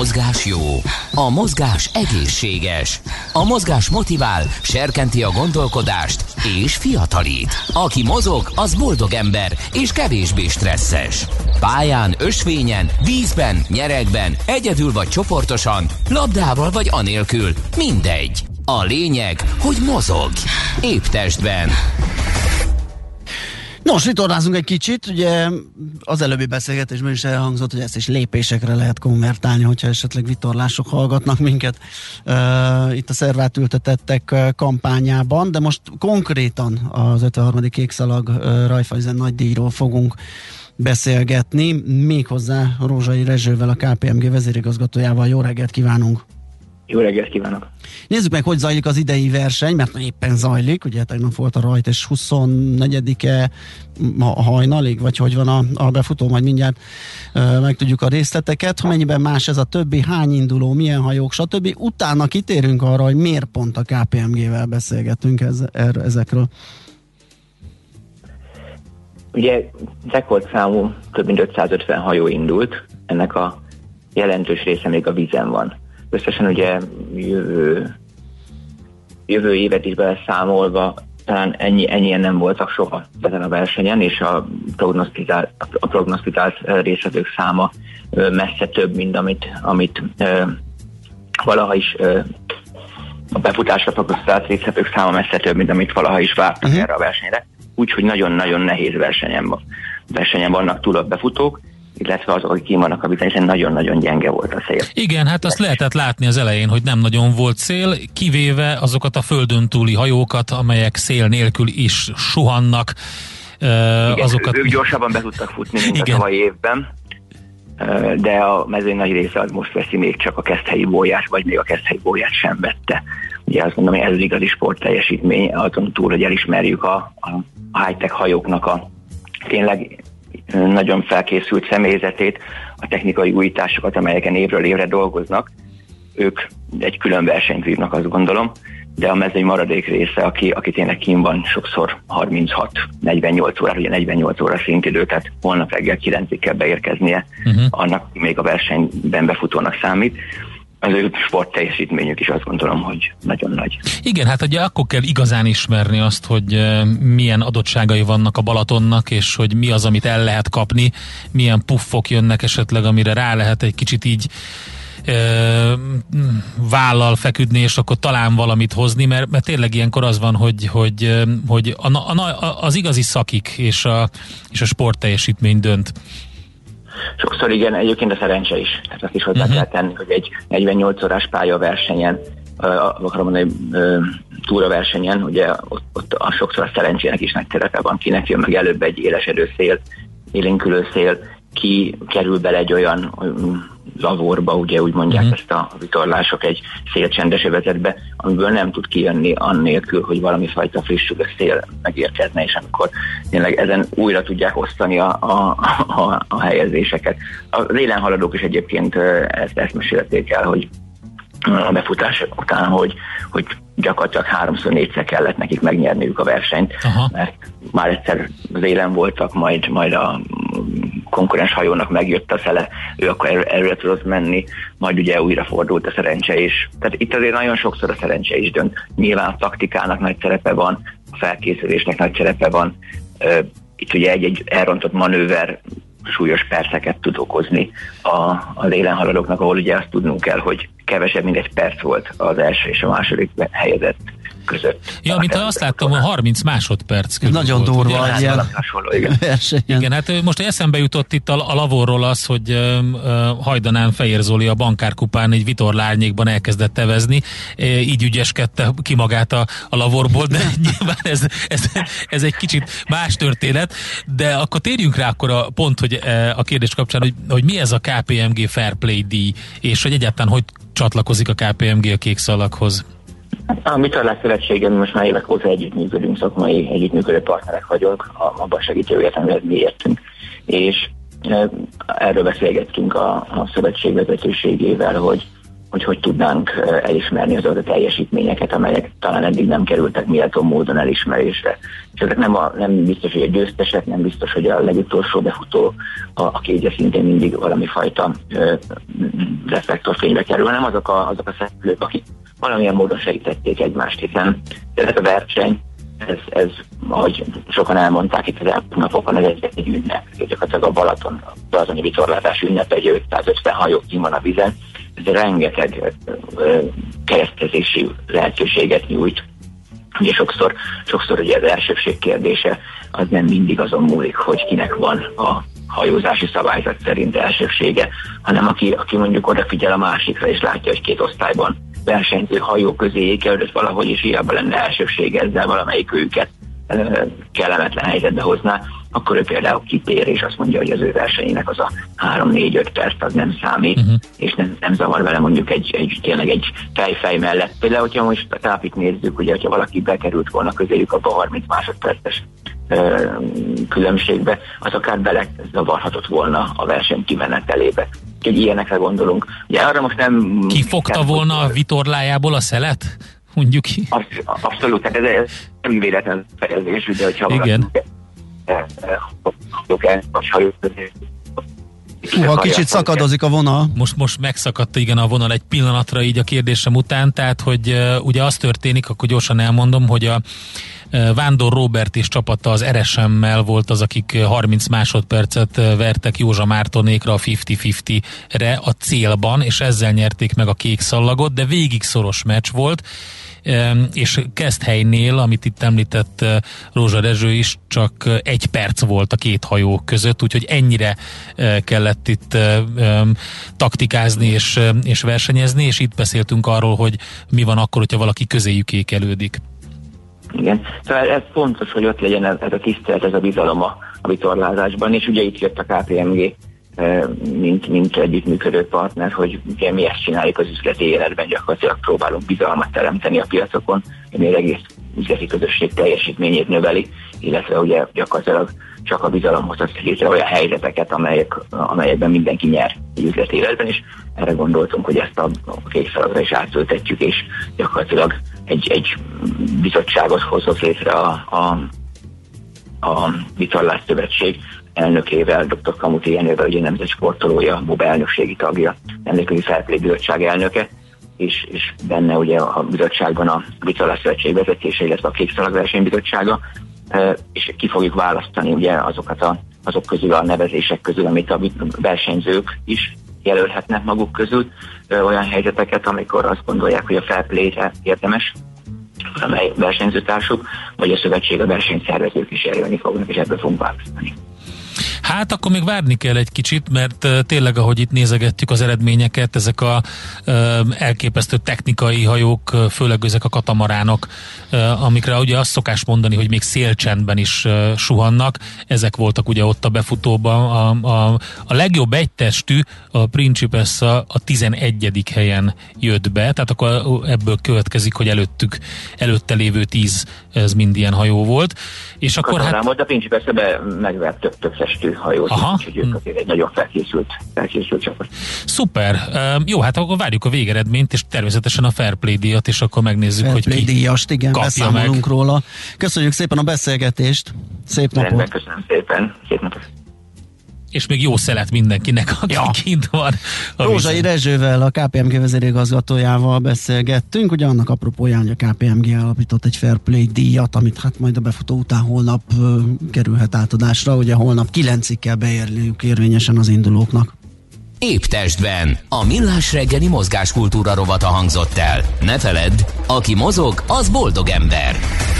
mozgás jó, a mozgás egészséges, a mozgás motivál, serkenti a gondolkodást és fiatalít. Aki mozog, az boldog ember és kevésbé stresszes. Pályán, ösvényen, vízben, nyeregben, egyedül vagy csoportosan, labdával vagy anélkül, mindegy. A lényeg, hogy mozog. Épp testben. Nos, vitorlázunk egy kicsit, ugye az előbbi beszélgetésben is elhangzott, hogy ezt is lépésekre lehet konvertálni, hogyha esetleg vitorlások hallgatnak minket itt a Szervát-ültetettek kampányában, de most konkrétan az 53. Kékszalag Raiffeisen nagydíjról fogunk beszélgetni, méghozzá Rózsai Rezsővel, a KPMG vezérigazgatójával. Jó reggelt kívánunk! Jó reggelt kívánok! Nézzük meg, hogy zajlik az idei verseny, mert éppen zajlik, ugye tegnap volt a rajt, és 24-e hajnalig, vagy hogy van a befutó, majd mindjárt megtudjuk a részleteket, mennyiben más ez a többi, hány induló, milyen hajók, stb. Utána kitérünk arra, hogy miért pont a KPMG-vel beszélgetünk ezekről. Ugye rekordszámú több mint 550 hajó indult, ennek a jelentős része még a vízen van. Összesen ugye jövő évet is beleszámolva talán ennyien nem voltak soha ezen a versenyen, és a prognosztizált részletők száma messze több, mint amit valaha is a befutásra prognosztizált részletők száma messze több, mint amit valaha is vártak erre a versenyre. Úgyhogy nagyon-nagyon nehéz versenyen vannak túl a befutók, illetve azok, akik vannak a vízen, hiszen nagyon-nagyon gyenge volt a szél. Igen, hát azt lehetett látni az elején, hogy nem nagyon volt szél, kivéve azokat a földön túli hajókat, amelyek szél nélkül is suhannak. Igen, ők gyorsabban be tudtak futni, mint a tavalyi évben, de a mezőny nagy része az most veszi még csak a keszthelyi bóját, vagy még a keszthelyi bóját sem vette. Ugye azt mondom, hogy ez az igazi sport teljesítmény, azon túl, hogy elismerjük a high-tech hajóknak a tényleg nagyon felkészült személyzetét, a technikai újításokat, amelyeken évről évre dolgoznak. Ők egy külön versenyt vívnak, azt gondolom, de a mezőny maradék része, aki tényleg kín van sokszor 36-48 órára, ugye 48 óra szintidő, tehát holnap reggel 9-ig kell beérkeznie, annak még a versenyben befutónak számít. Az ő sport teljesítményük is azt gondolom, hogy nagyon nagy. Igen, hát ugye akkor kell igazán ismerni azt, hogy milyen adottságai vannak a Balatonnak, és hogy mi az, amit el lehet kapni, milyen puffok jönnek esetleg, amire rá lehet egy kicsit így vállal feküdni, és akkor talán valamit hozni, mert tényleg ilyenkor az van, hogy az igazi szakik és a sport teljesítmény dönt. Sokszor igen, egyébként a szerencse is. Tehát azt is hozzá kell tenni, hogy egy 48 órás pályaversenyen, akarom mondani, túraversenyen, ugye ott sokszor a szerencsének is nagy szerepe van, kinek jön meg előbb egy élesedő szél, élénkülő szél, ki kerül bele egy olyan lavorba, ugye úgy mondják ezt a vitorlások, egy szélcsendes övezetbe, amiből nem tud kijönni annélkül, hogy valami fajta frissülő szél megérkezne, és amikor tényleg ezen újra tudják osztani a helyezéseket. Az élen haladók is egyébként ezt mesélték el, hogy a befutás után, hogy gyakorlatilag 3-4-szer kellett nekik megnyerniük a versenyt, mert már egyszer az élen voltak, majd a konkurens hajónak megjött a szele, ő akkor előre tudott menni, majd ugye újra fordult a szerencse is. Tehát itt azért nagyon sokszor a szerencse is dönt. Nyilván a taktikának nagy szerepe van, a felkészülésnek nagy szerepe van. Itt ugye egy elrontott manőver súlyos perceket tud okozni az élenhaladóknak, ahol ugye azt tudnunk kell, hogy kevesebb, mint egy perc volt az első és a második helyezett között. Ja, mint azt láttam, hogy 30 másodperc körül nagyon volt. Durva, ilyen igen, hát most eszembe jutott itt a lavorról az, hogy Hajdanán Fejér Zoli a bankárkupán egy vitorlárnyékban elkezdett tevezni, így ügyeskedte ki magát a lavorból, de nyilván ez egy kicsit más történet, de akkor térjünk rá akkor hogy a kérdés kapcsán, hogy mi ez a KPMG Fair Play díj, és hogy egyáltalán hogy csatlakozik a KPMG a Kékszalaghoz? A Vitorlás Szövetséggel mi most már évek óta együttműködünk, szakmai együttműködő partnerek vagyunk, abban segítőért, amivel mi értünk. És erről beszélgettünk a szövetség vezetőségével, hogy hogy tudnánk elismerni azokat a teljesítményeket, amelyek talán eddig nem kerültek méltó módon elismerésre. És ezek nem biztos, hogy a győztesek, nem biztos, hogy a legutolsó befutó, aki ugye szintén mindig valami fajta reflektorfénybe kerül, hanem azok a szereplők, akik valamilyen módon segítették egymást, hiszen ez a verseny, ez, ahogy sokan elmondták itt az elmúlt napokon, ez egy ünnep. Gyakorlatilag a balatoni vitorlázás ünnepe, egy 550 hajó kín van a vizen, ez rengeteg keresztezési lehetőséget nyújt. Ugye sokszor ugye az elsőbség kérdése az nem mindig azon múlik, hogy kinek van a hajózási szabályzat szerint elsőbsége, hanem aki mondjuk odafigyel a másikra és látja, hogy két osztályban versenyző hajó közé került valahogy, és hiába lenne elsőbsége, ezzel valamelyik őket kellemetlen helyzetbe hozná, akkor ő például kitér, és azt mondja, hogy az ő versenyének az a 3-4-5 perc az nem számít, és nem zavar vele mondjuk tényleg egy fejfej mellett. Például, hogyha most a tápit nézzük, ugye, hogyha valaki bekerült volna közéjük abba a 30 másodperces különbségbe, az akár belezavarhatott volna a verseny kimenetelébe. Úgyhogy ilyenekre gondolunk. Ugye arra most nem... Ki fogta volna a vitorlájából a szelet? Mondjuk ki. Abszolút, tehát ez nem véletlen fejezés, de hogyha valaki ha kicsit szakadozik a vonal. Most megszakadt igen a vonal egy pillanatra így a kérdésem után, tehát hogy ugye az történik, akkor gyorsan elmondom, hogy a Vándor Róbert és csapata az RSM-mel volt az, akik 30 másodpercet vertek Józsa Mártonékra a 50-50-re a célban, és ezzel nyerték meg a kék szallagot, de végig szoros meccs volt, és Keszthelynél, amit itt említett Rózsa Dezső is, csak 1 perc volt a két hajó között, úgyhogy ennyire kellett itt taktikázni és versenyezni, és itt beszéltünk arról, hogy mi van akkor, hogyha valaki közéjük ékelődik. Igen, szóval ez fontos, hogy ott legyen ez a tisztelet, ez a bizalom a vitorlázásban, és ugye itt jött a KPMG, mint együttműködő partner, hogy ugye mi ezt csináljuk az üzleti életben, gyakorlatilag próbálunk bizalmat teremteni a piacokon, ami az egész üzleti közösség teljesítményét növeli, illetve ugye gyakorlatilag csak a bizalom hozhat létre olyan helyzeteket, amelyekben mindenki nyer az üzleti életben, és erre gondoltunk, hogy ezt a kék szalagra is átültetjük, és gyakorlatilag egy bizottságot hozott létre a Vitorlás Szövetség elnökével, dr. Kamuti Jenővel, ugye nemzetsportolója, MOB elnökségi tagja, Nemzetközi Fair Play Bizottság elnöke, és benne ugye a bizottságban a Vitorlás Szövetség vezetése, illetve a Kék Szalag Versenybizottsága, és ki fogjuk választani ugye azok közül a nevezések közül, amit a versenyzők is jelölhetnek maguk közül, olyan helyzeteket, amikor azt gondolják, hogy a fair play-re érdemes amely versenyzőtársuk, vagy a szövetség, a versenyszervezők is jelölni fognak, és ebből fogunk választani. Hát akkor még várni kell egy kicsit, mert tényleg, ahogy itt nézegettük az eredményeket, ezek a elképesztő technikai hajók, főleg ezek a katamaránok, amikre ugye azt szokás mondani, hogy még szélcsendben is suhannak, ezek voltak ugye ott a befutóban. A legjobb egytestű, a Principessa a 11. helyen jött be, tehát akkor ebből következik, hogy előtte lévő 10 ez mind ilyen hajó volt. És akkor hát... volt, a Principessa megvert több testű hajót, úgyhogy ők azért egy nagyon felkészült csapat. Szuper. Jó, hát akkor várjuk a végeredményt, és természetesen a Fair Play díjat, és akkor megnézzük, Fair hogy ki díjast, igen, kapja meg. Róla. Köszönjük szépen a beszélgetést. Szép napot. Rendben, köszönöm szépen. Szép napot. És még jó szelet mindenkinek, aki kint van. Rózsai Rezsővel, a KPMG vezérigazgatójával beszélgettünk, ugye annak apropóján, hogy a KPMG alapított egy Fair Play díjat, amit hát majd a befutó után holnap kerülhet átadásra, ugye holnap 9-ig kell beérniük érvényesen az indulóknak. Épp testben a Millás reggeli mozgáskultúra rovata hangzott el. Ne feledd, aki mozog, az boldog ember.